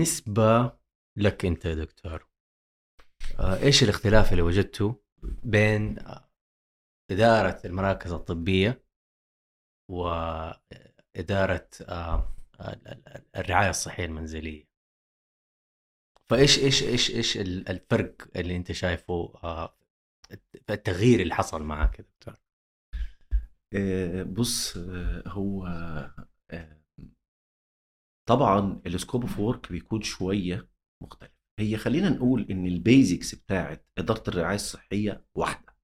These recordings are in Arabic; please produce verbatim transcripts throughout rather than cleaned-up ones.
بالنسبة لك أنت يا دكتور، آه، إيش الاختلاف اللي وجدته بين آه، إدارة المراكز الطبية وإدارة آه، ال- ال- الرعاية الصحية المنزلية؟ فإيش إيش إيش إيش ال- الفرق اللي أنت شايفه، آه، التغيير اللي حصل معك يا دكتور؟ آه، بص آه، هو آه، طبعا السكوب اوف وورك بيكون شويه مختلف. هي خلينا نقول ان البيزكس بتاعت اداره الرعايه الصحيه واحده.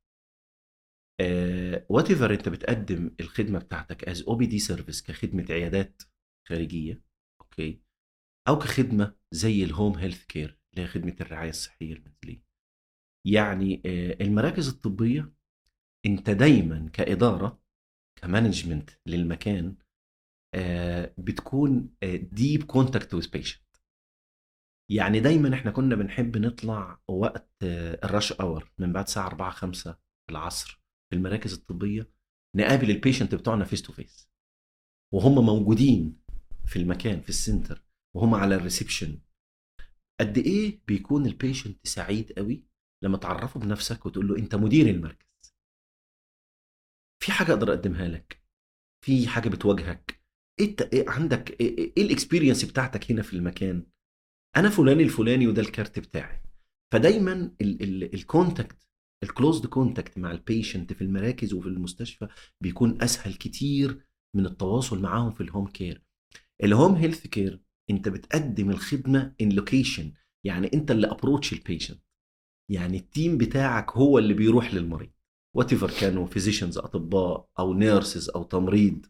وات ايفر انت بتقدم الخدمه بتاعتك از او بي دي سيرفيس كخدمه عيادات خارجيه، اوكي، او كخدمه زي الهوم هيلث كير اللي هي خدمه الرعايه الصحيه المنزليه. يعني آه، المراكز الطبيه انت دايما كاداره كمانجمنت للمكان آه، بتكون ديب كونتاكت وذ بيشنت. يعني دايما احنا كنا بنحب نطلع وقت آه، الرش اور من بعد الساعه أربعة خمسة العصر في المراكز الطبيه، نقابل البيشنت بتوعنا فيس تو فيس وهم موجودين في المكان في السنتر وهم على الريسبشن. قد ايه بيكون البيشنت سعيد قوي لما تعرفه بنفسك وتقول له انت مدير المركز، في حاجه اقدر اقدمها لك، في حاجه بتواجهك، انت إيه عندك، ايه الاكسبيرينس بتاعتك هنا في المكان، انا فلان الفلاني وده الكارت بتاعي. فدايما الكونتاكت الكلوزد كونتاكت مع البيشنت في المراكز وفي المستشفى بيكون اسهل كتير من التواصل معاهم في الهوم كير. الهوم هيلث كير انت بتقدم الخدمه ان لوكيشن، يعني انت اللي ابروتش البيشنت، يعني التيم بتاعك هو اللي بيروح للمريض وات ايفر كانوا فيزيشنز اطباء او نيرسز او تمريض.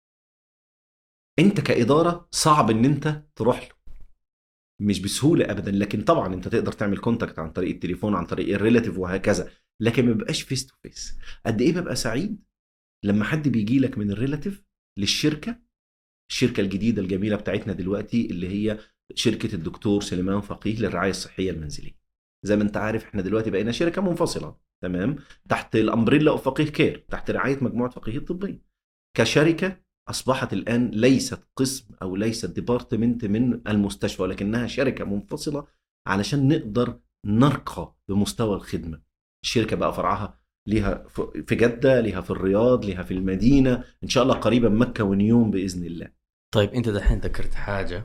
انت كاداره صعب ان انت تروح له، مش بسهوله ابدا، لكن طبعا انت تقدر تعمل كونتاكت عن طريق التليفون عن طريق الريلاتيف وهكذا، لكن ما بيبقاش فيس تو فيس. قد ايه ببقى سعيد لما حد بيجي لك من الريلاتيف للشركه، الشركه الجديده الجميله بتاعتنا دلوقتي اللي هي شركه الدكتور سليمان فقيه للرعايه الصحيه المنزليه. زي ما انت عارف احنا دلوقتي بقينا شركه منفصله تمام تحت الامبريلا اوف فقيه كير، تحت رعايه مجموعه فقيه الطبيه كشركه. أصبحت الآن ليست قسم أو ليست ديبارتمنت من المستشفى، ولكنها شركة منفصلة علشان نقدر نرقى بمستوى الخدمة. الشركة بقى فرعها ليها في جدة، ليها في الرياض، ليها في المدينة، إن شاء الله قريبا مكة ونيوم بإذن الله. طيب أنت دحين ذكرت حاجة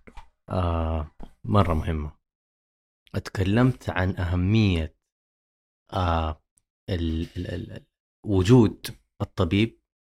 آه مرة مهمة. اتكلمت عن أهمية آه ال ال ال وجود الطبيب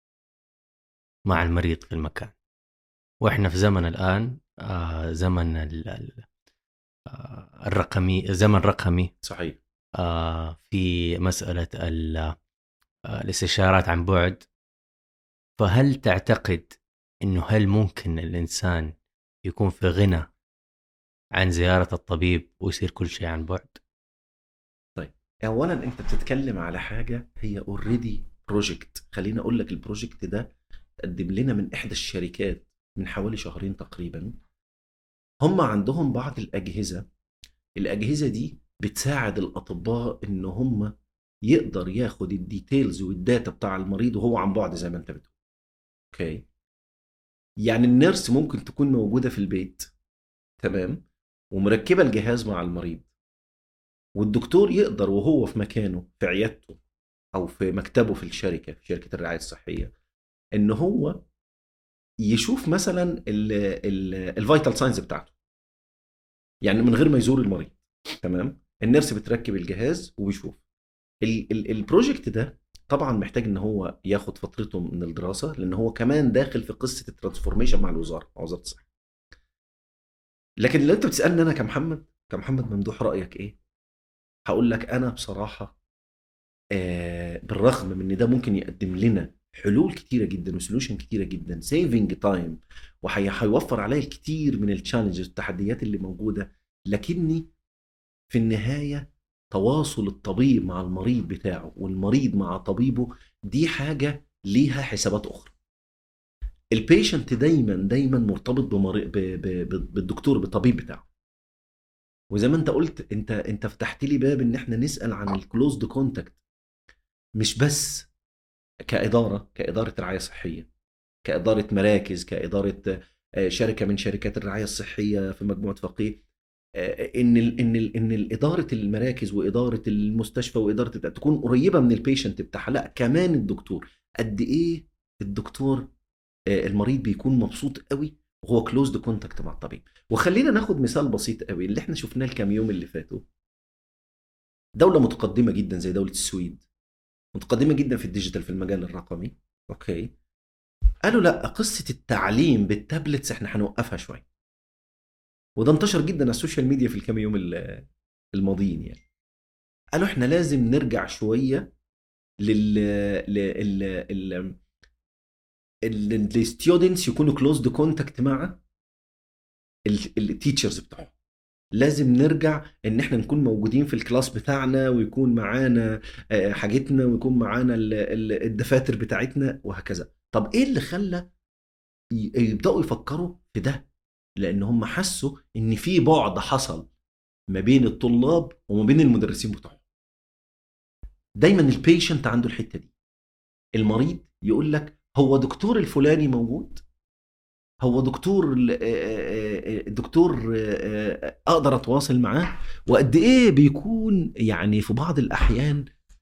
مع المريض في المكان. واحنا في زمن الآن، آه زمن ال- ال- آه الرقمي، زمن رقمي. صحيح. آه في مسألة ال- آه الاستشارات عن بعد. فهل تعتقد انه هل ممكن الانسان يكون في غنى عن زيارة الطبيب ويصير كل شيء عن بعد؟ طيب، أولا أنت بتتكلم على حاجة هي اوريدي بروجكت. خليني أقول لك البروجكت ده قدم لنا من إحدى الشركات من حوالي شهرين تقريبا. هم عندهم بعض الأجهزة، الأجهزة دي بتساعد الأطباء إن هم يقدر ياخد الديتيلز والداتا بتاع المريض وهو عن بعد زي ما أنت بتقول. أوكي، يعني النيرس ممكن تكون موجودة في البيت تمام ومركبة الجهاز مع المريض، والدكتور يقدر وهو في مكانه في عيادته أو في مكتبه في الشركة في شركة الرعاية الصحية إن هو يشوف مثلا الفيتال ساينز بتاعته، يعني من غير ما يزور المريض. تمام، النيرس بتركب الجهاز وبيشوف. ال- ال- البروجكت ده طبعا محتاج ان هو ياخد فترته من الدراسه، لان هو كمان داخل في قصه الترانسفورميشن مع الوزاره مع وزاره الصحه. لكن لو انت بتسالني انا كمحمد كمحمد ممدوح رايك ايه، هقول لك انا بصراحه آه بالرغم من ان ده ممكن يقدم لنا حلول كتيره جدا وسولوشن كتيره جدا سيفنج تايم وهيوفر عليا الكتير من التشالنجز والتحديات اللي موجوده، لكني في النهاية تواصل الطبيب مع المريض بتاعه والمريض مع طبيبه دي حاجة ليها حسابات أخرى. البيشنت دايما دايما مرتبط بمري... ب... ب... ب... بالدكتور بالطبيب بتاعه. وزي ما انت قلت، انت انت فتحت لي باب ان احنا نسأل عن الكلوزد كونتاكت، مش بس كإدارة كإدارة رعاية صحية، كإدارة مراكز، كإدارة شركه من شركات الرعايه الصحيه في مجموعه فقيه، ان ال ان ال ان اداره المراكز واداره المستشفى واداره تكون قريبه من البيشنت بتاعها. لا كمان الدكتور، قد ايه الدكتور المريض بيكون مبسوط قوي وهو كلوزد كونتاكت مع الطبيب. وخلينا ناخد مثال بسيط قوي اللي احنا شفناه الكام يوم اللي فاتوا. دوله متقدمه جدا زي دوله السويد، متقدمه جدا في الديجيتال في المجال الرقمي، اوكي، قالوا لا قصه التعليم بالتابلتس احنا هنوقفها شويه. وده انتشر جدا على السوشيال ميديا في الكام يوم الماضيين يعني. قالوا احنا لازم نرجع شويه لل لل ال الستودنتس يكونوا كلوزد كونتاكت مع التيتشرز بتاعهم. لازم نرجع ان احنا نكون موجودين في الكلاس بتاعنا ويكون معانا حاجتنا ويكون معانا الدفاتر بتاعتنا وهكذا. طب ايه اللي خلى يبداوا يفكروا في ده؟ لان هم حسوا ان في بعد حصل ما بين الطلاب وما بين المدرسين بتوعهم. دايما البيشنت عنده الحته دي، المريض يقول لك هو دكتور الفلاني موجود، هو دكتور الدكتور اقدر اتواصل معاه. وقد ايه بيكون يعني في بعض الاحيان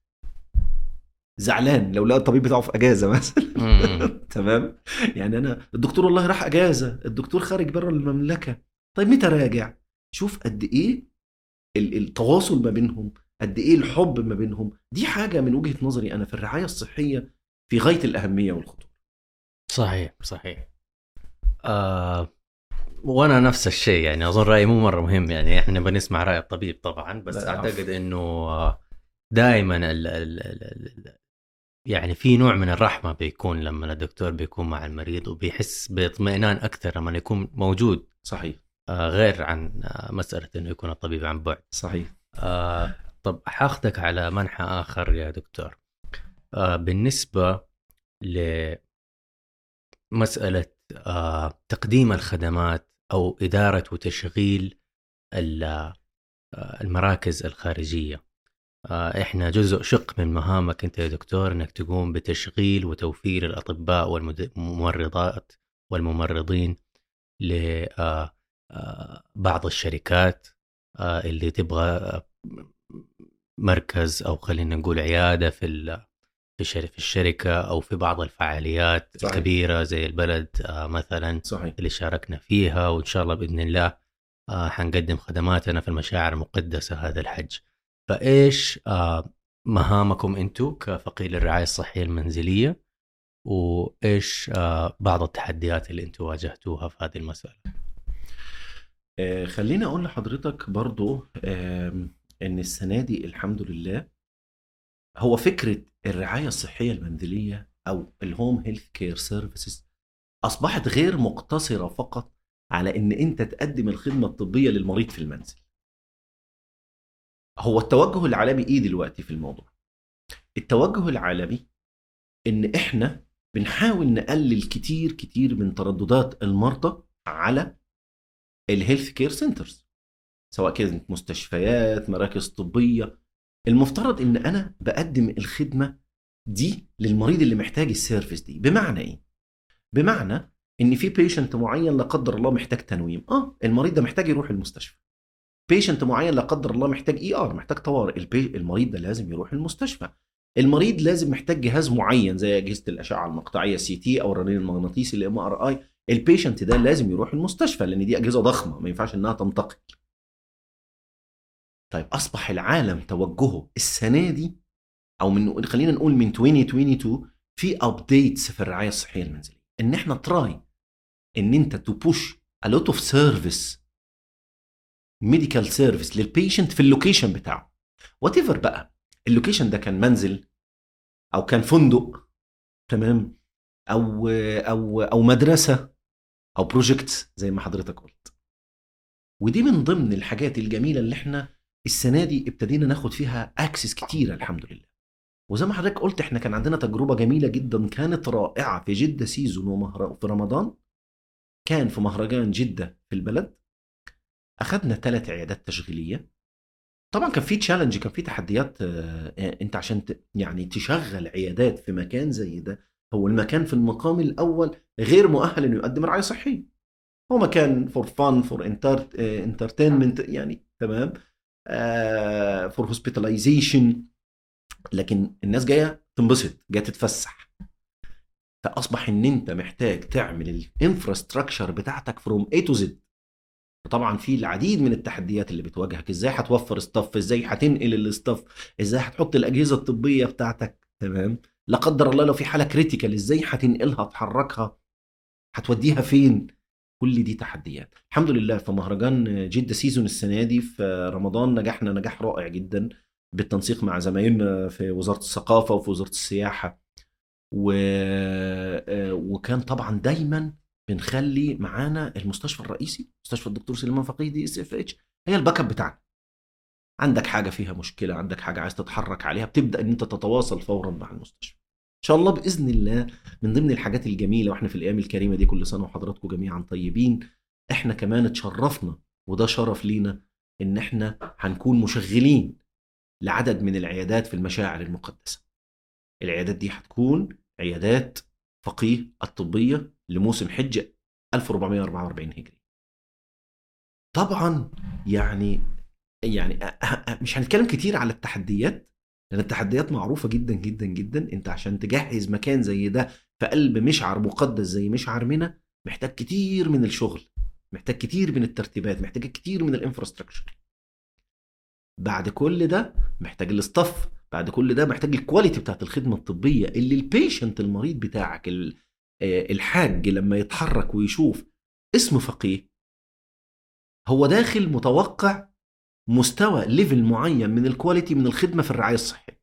زعلان لو لقى الطبيب بتاعه في اجازه مثلا. تمام، يعني انا الدكتور والله راح اجازه، الدكتور خارج بره المملكه، طيب متى راجع؟ شوف قد ايه التواصل ما بينهم، قد ايه الحب ما بينهم. دي حاجه من وجهه نظري انا في الرعايه الصحيه في غايه الاهميه والخطوره. صحيح صحيح. آه وانا نفس الشيء يعني، اظن رايي مو مره مهم يعني، احنا بنسمع راي الطبيب طبعا، بس اعتقد انه دائما ال ال ال يعني في نوع من الرحمه بيكون لما الدكتور بيكون مع المريض وبيحس باطمئنان اكثر لما يكون موجود. صحيح. آه غير عن آه مساله انه يكون الطبيب عن بعد. صحيح. آه طب حاخذك على منحى اخر يا دكتور. آه بالنسبه لمساله آه تقديم الخدمات أو إدارة وتشغيل المراكز الخارجية، إحنا جزء شق من مهامك أنت يا دكتور أنك تقوم بتشغيل وتوفير الأطباء والممرضات والممرضين لبعض الشركات اللي تبغى مركز أو خلينا نقول عيادة في في الشركة أو في بعض الفعاليات. صحيح. الكبيرة زي البلد مثلا. صحيح. اللي شاركنا فيها، وإن شاء الله بإذن الله حنقدم خدماتنا في المشاعر المقدسة هذا الحج. فإيش مهامكم أنتو كفقيل الرعاية الصحية المنزلية، وإيش بعض التحديات اللي أنتو واجهتوها في هذه المسألة؟ آه خليني أقول لحضرتك برضو آه إن السنة دي الحمد لله هو فكرة الرعاية الصحية المنزلية أو الهوم هيلث كير سيرفيسز أصبحت غير مقتصرة فقط على إن أنت تقدم الخدمة الطبية للمريض في المنزل. هو التوجه العالمي إيه دلوقتي في الموضوع؟ التوجه العالمي إن إحنا بنحاول نقلل كتير كتير من ترددات المرضى على الهيلث كير سنترز، سواء كانت مستشفيات، مراكز طبية. المفترض ان انا بقدم الخدمة دي للمريض اللي محتاج السيرفيس دي. بمعنى ايه؟ بمعنى ان في بيشنت معين لا قدر الله محتاج تنويم، اه المريض ده محتاج يروح المستشفى. بيشنت معين لا قدر الله محتاج اي ار، محتاج طوارئ، المريض ده لازم يروح المستشفى. المريض لازم محتاج جهاز معين زي اجهزة الاشعة المقطعية سي تي او الرنين المغناطيسي الام ار اي، البيشنت ده لازم يروح المستشفى لان دي اجهزة ضخمة ما ينفعش انها تنتقل. طيب أصبح العالم توجهه السنة دي أو من خلينا نقول من ألفين واثنين وعشرين في أبديتس في الرعاية الصحية المنزلية، إن إحنا تراي إن أنت تبوش a lot of service medical service للبيشنت في اللوكيشن بتاعه. whatever بقى اللوكيشن ده، كان منزل أو كان فندق، تمام، أو أو أو مدرسة أو بروجكت زي ما حضرتك قلت. ودي من ضمن الحاجات الجميلة اللي إحنا السنة دي ابتدينا ناخد فيها اكسس كتيرة الحمد لله. وزي ما حضرتك قلت احنا كان عندنا تجربة جميلة جدا كانت رائعة في جدة سيزون ومهر... في رمضان. كان في مهرجان جدة في البلد اخدنا ثلاث عيادات تشغيلية. طبعا كان في تشالنج، كان في تحديات. اه انت عشان ت... يعني تشغل عيادات في مكان زي ده، هو المكان في المقام الاول غير مؤهل انه يقدم رعاية صحية. هو مكان فور فان فور انترتينمنت يعني، تمام، فور هوسبيتاليزيشن، لكن الناس جايه تنبسط، جايه تتفسح. فاصبح ان انت محتاج تعمل الانفراستراكشر بتاعتك فروم اي تو زد. وطبعا في العديد من التحديات اللي بتواجهك، ازاي هتوفر ستاف، ازاي هتنقل الاستاف، ازاي هتحط الاجهزه الطبيه بتاعتك، تمام، لا قدر الله لو في حاله كريتيكال ازاي هتنقلها تحركها، هتوديها فين. كل دي تحديات. الحمد لله في مهرجان جدة سيزون السنه دي في رمضان نجحنا نجاح رائع جدا بالتنسيق مع زمايلنا في وزاره الثقافه وفي وزاره السياحه. و... آه، وكان طبعا دايما بنخلي معانا المستشفى الرئيسي، مستشفى الدكتور سليمان فقيه دي اس اف اتش، هي الباك اب بتاعنا. عندك حاجه فيها مشكله، عندك حاجه عايز تتحرك عليها، بتبدا ان انت تتواصل فورا مع المستشفى. ان شاء الله باذن الله من ضمن الحاجات الجميله واحنا في الايام الكريمه دي، كل سنه وحضراتكم جميعا طيبين، احنا كمان اتشرفنا وده شرف لينا ان احنا هنكون مشغلين لعدد من العيادات في المشاعر المقدسه. العيادات دي هتكون عيادات فقيه الطبية لموسم حج ألف وأربعمائة وأربعة وأربعين هجري. طبعا يعني يعني مش هنتكلم كتير على التحديات، لأن التحديات معروفة جدا جدا جدا. انت عشان تجهز مكان زي ده في قلب مشعر مقدس زي مشعر منى محتاج كتير من الشغل، محتاج كتير من الترتيبات، محتاج كتير من الانفراستراكشر. بعد كل ده محتاج الاستاف، بعد كل ده محتاج الكواليتي بتاعت الخدمه الطبيه اللي البيشنت المريض بتاعك الحاج لما يتحرك ويشوف اسم فقيه هو داخل متوقع مستوى ليفل معين من الكواليتي من الخدمه في الرعايه الصحيه.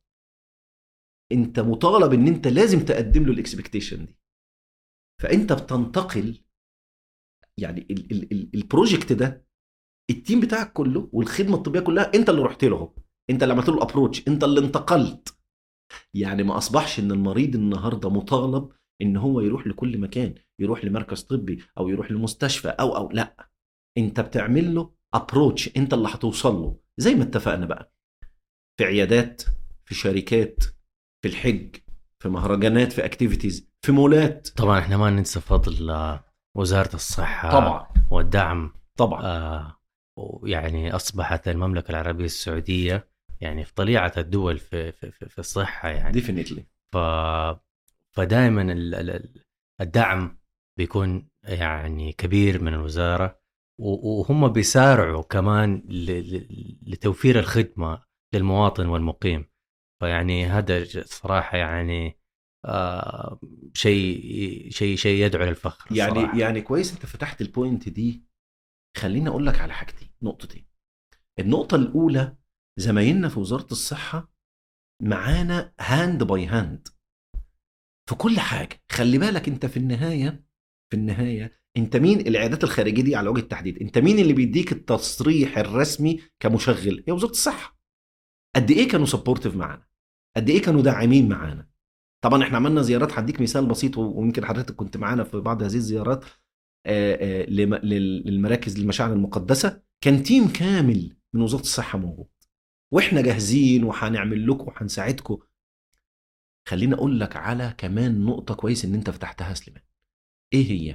انت مطالب ان انت لازم تقدم له الاكسبكتيشن دي. فانت بتنتقل يعني البروجكت ده التيم بتاعك كله والخدمه الطبيه كلها انت اللي رحت له، انت اللي عملت له الابروتش، انت اللي انتقلت. يعني ما اصبحش ان المريض النهارده مطالب ان هو يروح لكل مكان، يروح لمركز طبي او يروح لمستشفى او او لا، انت بتعمل له ابروتش، انت اللي هتوصل له زي ما اتفقنا بقى في عيادات، في شركات، في الحج، في مهرجانات، في اكتيفيتيز، في مولات. طبعا احنا ما ننسى فضل آه، وزارة الصحة طبعا والدعم. طبعا آه يعني أصبحت المملكة العربية السعودية يعني في طليعة الدول في في في, في الصحة يعني. ديفينيتلي. ف فدائما ال- ال- الدعم بيكون يعني كبير من الوزارة، و- وهم بيسارعوا كمان ل- ل- لتوفير الخدمة للمواطن والمقيم. فيعني هذا صراحة يعني آه شيء شيء شيء يدعو للفخر يعني الصراحة. يعني كويس انت فتحت البوينت دي. خليني اقول لك على حاجتين، نقطتين. النقطة الأولى، زمايلنا في وزارة الصحة معانا هاند باي هاند في كل حاجة. خلي بالك انت في النهاية، في النهاية انت مين؟ العيادات الخارجية دي على وجه التحديد انت مين اللي بيديك التصريح الرسمي كمشغل؟ هي وزارة الصحة. قد ايه كانوا سبورتيف معانا، قد ايه كانوا داعمين معانا. طبعا احنا عملنا زيارات، هديك مثال بسيط ويمكن حضرتك كنت معانا في بعض هذه الزيارات آآ آآ لم- لل- للمراكز للمشاعر المقدسة. كان تيم كامل من وزارة الصحة موجود، واحنا جاهزين وهنعمل لكم وهنساعدكم. خليني اقول لك على كمان نقطة كويس ان انت فتحتها سليمان. ايه هي؟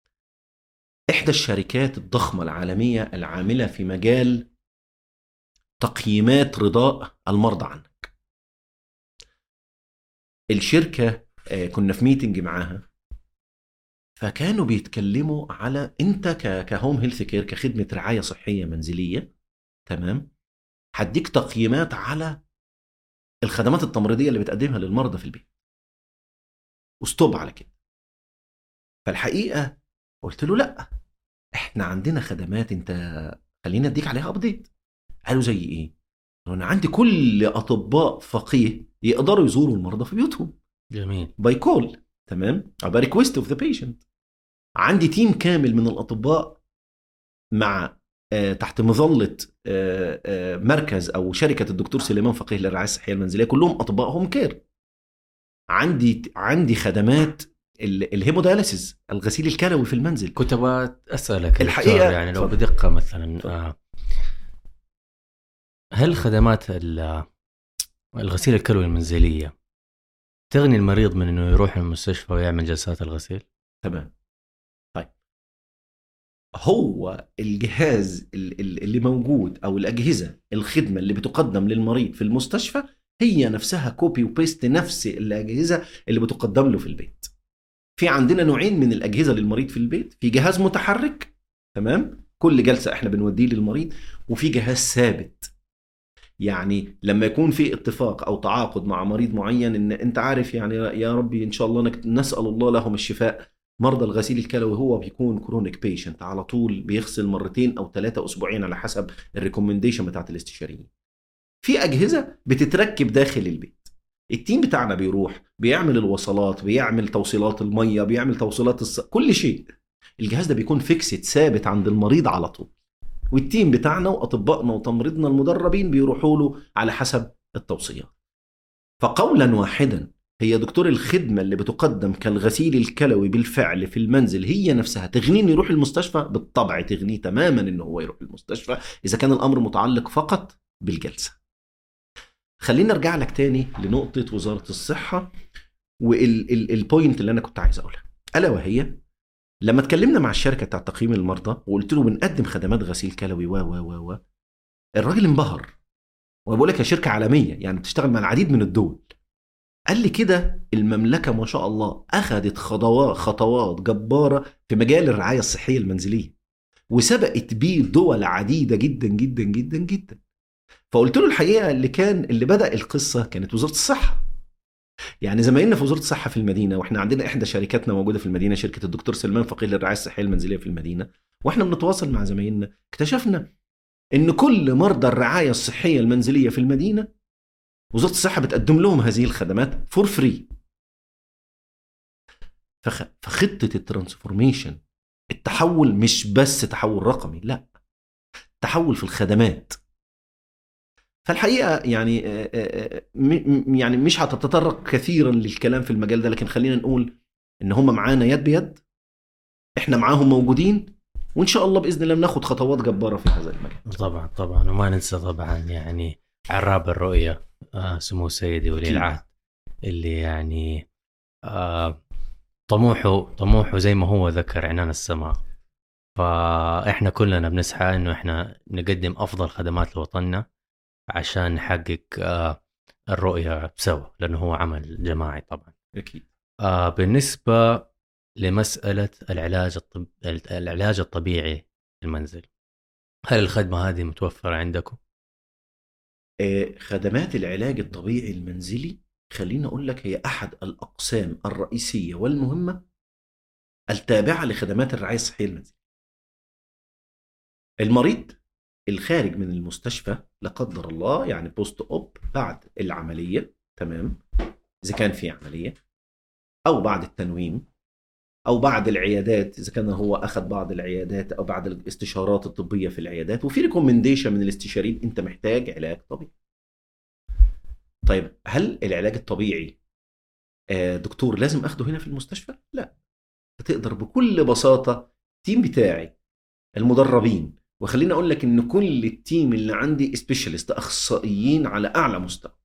احدى الشركات الضخمة العالمية العاملة في مجال تقييمات رضاء المرضى عنك، الشركة آه، كنا في ميتنج معاها، فكانوا بيتكلموا على انت ك- كهوم هيلث كير، كخدمة رعاية صحية منزلية، تمام، هديك تقييمات على الخدمات التمريضية اللي بتقدمها للمرضى في البيت، وستوب على كده. فالحقيقة قلت له لا، احنا عندنا خدمات انت خلينا اديك عليها ابديت. قالوا زي ايه؟ قالوا انا عندي كل اطباء فقيه يقدروا يزوروا المرضى في بيوتهم جميل. باي كول، تمام، او باي ريكويست اوف ذا بيشنت. عندي تيم كامل من الاطباء مع آه تحت مظله آه آه مركز او شركه الدكتور سليمان فقيه للرعايه الصحيه المنزليه، كلهم اطباء هوم كير. عندي عندي خدمات ال- الهيمودياليسيس، الغسيل الكلوي في المنزل. كنت أبغى أسألك يا دكتور الحقيقه يعني لو اتفضل. بدقة مثلا اتفضل. آه هل خدمات ال- الغسيل الكلوي المنزلية تغني المريض من انه يروح المستشفى ويعمل جلسات الغسيل؟ تمام. طيب هو الجهاز ال- ال- اللي موجود او الاجهزه الخدمه اللي بتقدم للمريض في المستشفى هي نفسها كوبي وبيست نفس الاجهزه اللي بتقدم له في البيت. في عندنا نوعين من الاجهزه للمريض في البيت، في جهاز متحرك تمام كل جلسه احنا بنوديه للمريض، وفي جهاز ثابت. يعني لما يكون في اتفاق او تعاقد مع مريض معين، ان انت عارف يعني يا ربي ان شاء الله نك- نسال الله لهم الشفاء، مرضى الغسيل الكلوي هو بيكون كرونيك بيشنت على طول بيغسل مرتين او ثلاثه اسبوعين على حسب الريكومنديشن بتاعت الاستشاريين. في اجهزه بتتركب داخل البيت، التيم بتاعنا بيروح بيعمل الوصلات، بيعمل توصيلات الميه، بيعمل توصيلات الص... كل شيء. الجهاز ده بيكون فيكسد ثابت عند المريض على طول، والتيم بتاعنا واطبائنا وتمريضنا المدربين بيروحوا له على حسب التوصيات. فقولا واحدا هي دكتور الخدمه اللي بتقدم كالغسيل الكلوي بالفعل في المنزل هي نفسها تغنيه انه يروح المستشفى، بالطبع تغنيه تماما انه هو يروح المستشفى اذا كان الامر متعلق فقط بالجلسه. خلينا ارجع لك تاني لنقطه وزاره الصحه والبوينت اللي انا كنت عايز اقولها، الا وهي لما اتكلمنا مع الشركه بتاعت تقييم المرضى وقلت له بنقدم خدمات غسيل كلوي و و و و الراجل انبهر، وبقول لك يا شركه عالميه يعني بتشتغل مع العديد من الدول. قال لي كده المملكه ما شاء الله اخذت خطوات خطوات جباره في مجال الرعايه الصحيه المنزليه، وسبقت بيه دول عديده جدا جدا جدا جدا. فقلت له الحقيقه اللي كان اللي بدا القصه كانت وزاره الصحه. يعني زمايلنا في وزاره الصحه في المدينه، واحنا عندنا احدى شركاتنا موجوده في المدينه شركه الدكتور سلمان فقيه للرعايه الصحيه المنزليه في المدينه، واحنا بنتواصل مع زمايلنا اكتشفنا ان كل مرضى الرعايه الصحيه المنزليه في المدينه وزاره الصحه بتقدم لهم هذه الخدمات فور فري. فخ... فخطه الترانسفورميشن، التحول مش بس تحول رقمي، لا تحول في الخدمات. فالحقيقه يعني م... يعني مش هتتطرق كثيرا للكلام في المجال ده، لكن خلينا نقول ان هم معانا يد بيد، احنا معاهم موجودين، وان شاء الله باذن الله بناخد خطوات جباره في هذا المجال. طبعا طبعا، وما ننسى طبعا يعني عراب الرؤيه آه سمو سيدي ولي العهد اللي يعني آه طموحه طموحه زي ما هو ذكر عنان السماء. فاحنا كلنا بنسعى انه احنا نقدم افضل خدمات لوطننا عشان نحقق آه الرؤيه بسوا، لانه هو عمل جماعي طبعا. اكيد. آه بالنسبه لمساله العلاج الطب... العلاج الطبيعي في المنزل، هل الخدمه هذه متوفره عندكم؟ خدمات العلاج الطبيعي المنزلي خليني اقول لك هي احد الاقسام الرئيسيه والمهمه التابعه لخدمات الرعايه الصحيه المنزليه. المريض الخارج من المستشفى لا قدر الله يعني بوست اوب بعد العمليه، تمام، اذا كان في عمليه او بعد التنويم او بعد العيادات اذا كان هو اخذ بعض العيادات او بعد الاستشارات الطبيه في العيادات، وفي ريكومنديشن من الاستشاريين انت محتاج علاج طبيعي. طيب هل العلاج الطبيعي دكتور لازم اخده هنا في المستشفى؟ لا، تقدر بكل بساطه التيم بتاعي المدربين، وخليني اقول لك ان كل التيم اللي عندي سبيشالست اخصائيين على اعلى مستوى،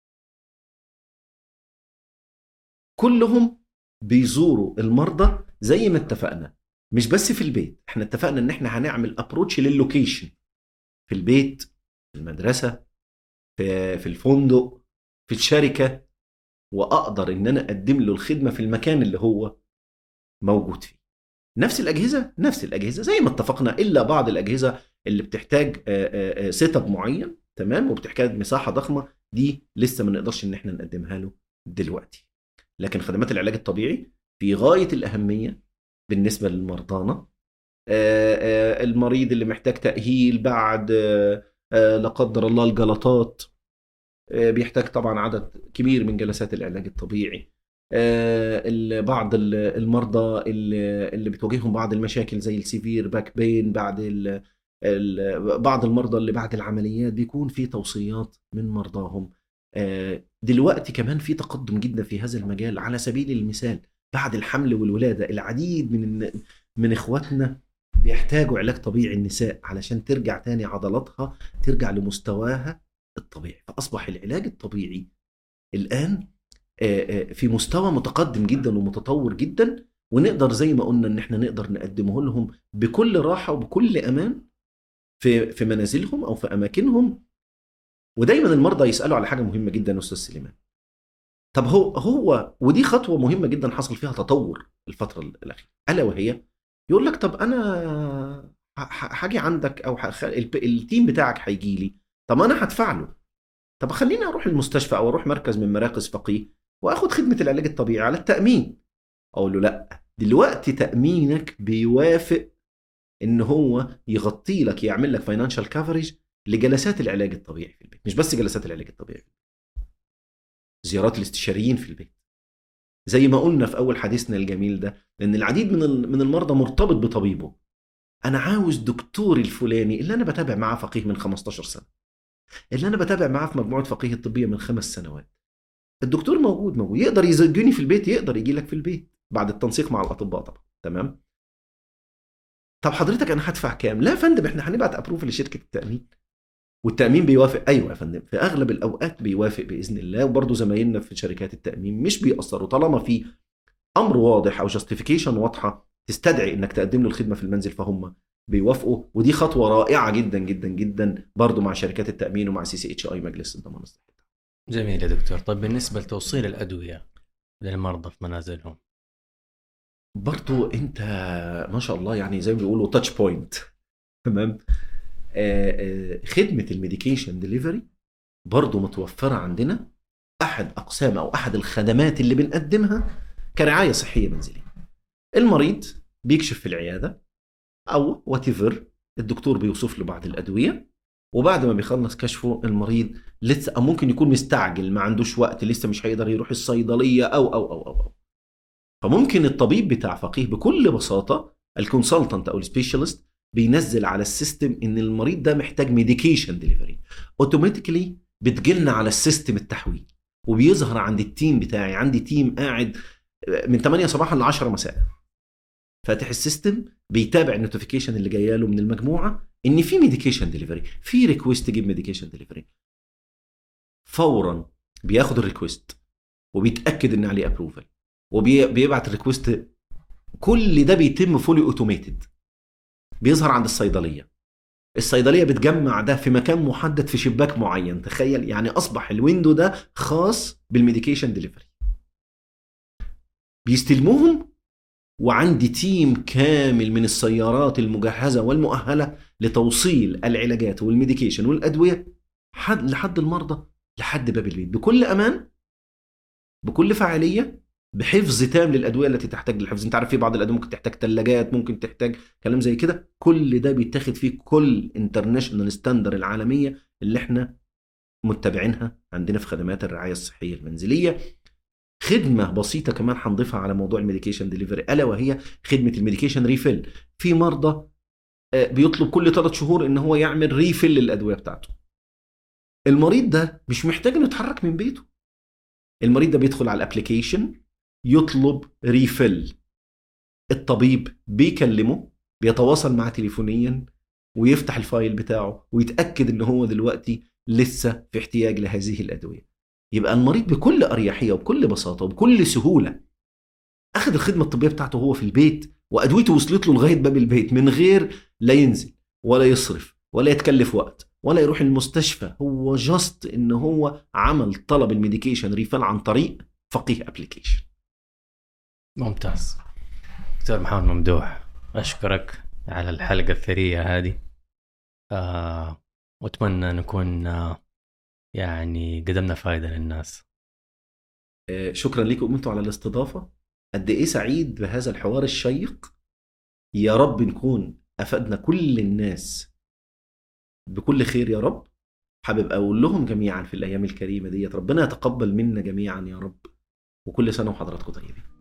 كلهم بيزوروا المرضى زي ما اتفقنا، مش بس في البيت. احنا اتفقنا ان احنا هنعمل ابروتش لللوكيشن، في البيت، في المدرسه، في في الفندق، في الشركه، واقدر ان انا اقدم له الخدمه في المكان اللي هو موجود فيه. نفس الاجهزه نفس الاجهزه زي ما اتفقنا، الا بعض الاجهزه اللي بتحتاج سيت اب معين، تمام، وبتحتاج مساحه ضخمه، دي لسه ما نقدرش ان احنا نقدمها له دلوقتي. لكن خدمات العلاج الطبيعي في غايه الاهميه بالنسبه للمرضانا. المريض اللي محتاج تاهيل بعد لا قدر الله الجلطات بيحتاج طبعا عدد كبير من جلسات العلاج الطبيعي. بعض المرضى اللي بتواجههم بعض المشاكل زي السيفير باك بين، بعد بعض المرضى اللي بعد العمليات بيكون في توصيات من مرضاهم. دلوقتي كمان في تقدم جدا في هذا المجال. على سبيل المثال بعد الحمل والولادة العديد من من اخواتنا بيحتاجوا علاج طبيعي النساء علشان ترجع تاني عضلاتها ترجع لمستواها الطبيعي. فأصبح العلاج الطبيعي الآن في مستوى متقدم جدا ومتطور جدا، ونقدر زي ما قلنا ان احنا نقدر نقدمه لهم بكل راحه وبكل امان في في منازلهم او في اماكنهم. ودايما المرضى يسالوا على حاجه مهمه جدا يا استاذ سليمان. طب هو هو ودي خطوه مهمه جدا حصل فيها تطور الفتره الاخيره، الا وهي يقول لك طب انا هاجي عندك او هخ- الب- التيم بتاعك هيجي لي، طب انا هدفع له، طب خليني اروح المستشفى او اروح مركز من مراكز فقيه واخد خدمه العلاج الطبيعي على التامين. اقول له لا، دلوقتي تامينك بيوافق ان هو يغطي لك، يعمل لك فاينانشال كفرج لجلسات العلاج الطبيعي في البيت. مش بس جلسات العلاج الطبيعي، زيارات الاستشاريين في البيت، زي ما قلنا في اول حديثنا الجميل ده، لان العديد من ال- من المرضى مرتبط بطبيبه. انا عاوز دكتوري الفلاني اللي انا بتابع معاه فقيه من خمستاشر سنه، اللي انا بتابع معاه في مجموعه فقيه الطبيه من خمس سنوات، الدكتور موجود موجود يقدر يزجني في البيت، يقدر يجي لك في البيت بعد التنسيق مع الاطباء طبعا. تمام. طب حضرتك انا هدفع كام؟ لا يا فندم، احنا هنبعت ابروفل لشركه التامين والتامين بيوافق. ايوه يا فندم، في اغلب الاوقات بيوافق باذن الله. وبرضه زمايلنا في شركات التامين مش بيأثروا طالما في امر واضح او جاستيفيكيشن واضحه تستدعي انك تقدم له الخدمه في المنزل، فهم بيوافقوا. ودي خطوه رائعه جدا جدا جدا برضه مع شركات التامين ومع سي سي اتش اي مجلس الضمان الصحي. جميل يا دكتور. طيب بالنسبة لتوصيل الأدوية للمرضى في منازلهم؟ برضه انت ما شاء الله يعني زي ما بيقولوا تاتش بوينت. تمام. آه، آه، خدمه الميديكيشن ديليفري برضه متوفره عندنا، احد اقسام او احد الخدمات اللي بنقدمها كرعايه صحيه منزليه. المريض بيكشف في العياده او واتيفر، الدكتور بيوصف له بعض الادويه، وبعد ما بيخلص كشفه المريض لسه أو ممكن يكون مستعجل ما عندوش وقت لسه مش هيقدر يروح الصيدليه او او او او, أو. فممكن الطبيب بتاع فقيه بكل بساطه الكونسلتنت او السبيشالست بينزل على السيستم ان المريض ده محتاج ميديكيشن ديليفري، اوتوماتيكلي بتجيلنا على السيستم التحويل وبيظهر عند التيم بتاعي. عندي تيم قاعد من ثمانية صباحا ل عشرة مساء فاتح السيستم بيتابع النوتيفيكيشن اللي جايه له من المجموعه ان في ميديكيشن ديليفري، في ريكويست تجيب ميديكيشن ديليفري. فورا بياخد الريكويست وبيتاكد ان عليه ابروفل وبيبعت الريكويست. كل ده بيتم فولي اوتوميتد، بيظهر عند الصيدليه. الصيدليه بتجمع ده في مكان محدد في شباك معين. تخيل يعني اصبح الويندو ده خاص بالميديكيشن ديليفري، بيستلموهم وعندي تيم كامل من السيارات المجهزه والمؤهله لتوصيل العلاجات والميديكيشن والادويه حد لحد المرضى لحد باب البيت بكل امان بكل فعاليه، بحفظ تام للادويه التي تحتاج للحفظ. انت عارف في بعض الادويه ممكن تحتاج ثلاجات، ممكن تحتاج كلام زي كده، كل ده بيتاخد فيه كل انترناشونال ستاندر العالميه اللي احنا متبعينها عندنا في خدمات الرعايه الصحيه المنزليه. خدمه بسيطه كمان هنضيفها على موضوع الميديكيشن ديليفري، الا وهي خدمه الميديكيشن ريفيل. في مرضى بيطلب كل ثلاث شهور ان هو يعمل ريفيل للادويه بتاعته. المريض ده مش محتاج انه يتحرك من بيته، المريض ده بيدخل على الابليكيشن يطلب ريفيل، الطبيب بيكلمه بيتواصل معاه تليفونيا ويفتح الفايل بتاعه ويتاكد ان هو دلوقتي لسه في احتياج لهذه الادويه. يبقى المريض بكل اريحيه وبكل بساطه وبكل سهوله اخذ الخدمه الطبيه بتاعته هو في البيت، وادويته وصلت له لغايه باب البيت من غير لا ينزل ولا يصرف ولا يتكلف وقت ولا يروح المستشفى. هو جاست ان هو عمل طلب الميديكيشن ريفال عن طريق فقيه ابليكيشن. ممتاز. دكتور محمد ممدوح، اشكرك على الحلقه الثريه هذه، آه واتمنى نكون آه يعني قدمنا فائده للناس. آه شكرا لكم انتم على الاستضافه، قد ايه سعيد بهذا الحوار الشيق. يا رب نكون افدنا كل الناس بكل خير يا رب. حابب اقول لهم جميعا في الايام الكريمه ديت ربنا يتقبل منا جميعا يا رب، وكل سنه وحضراتكم طيبين.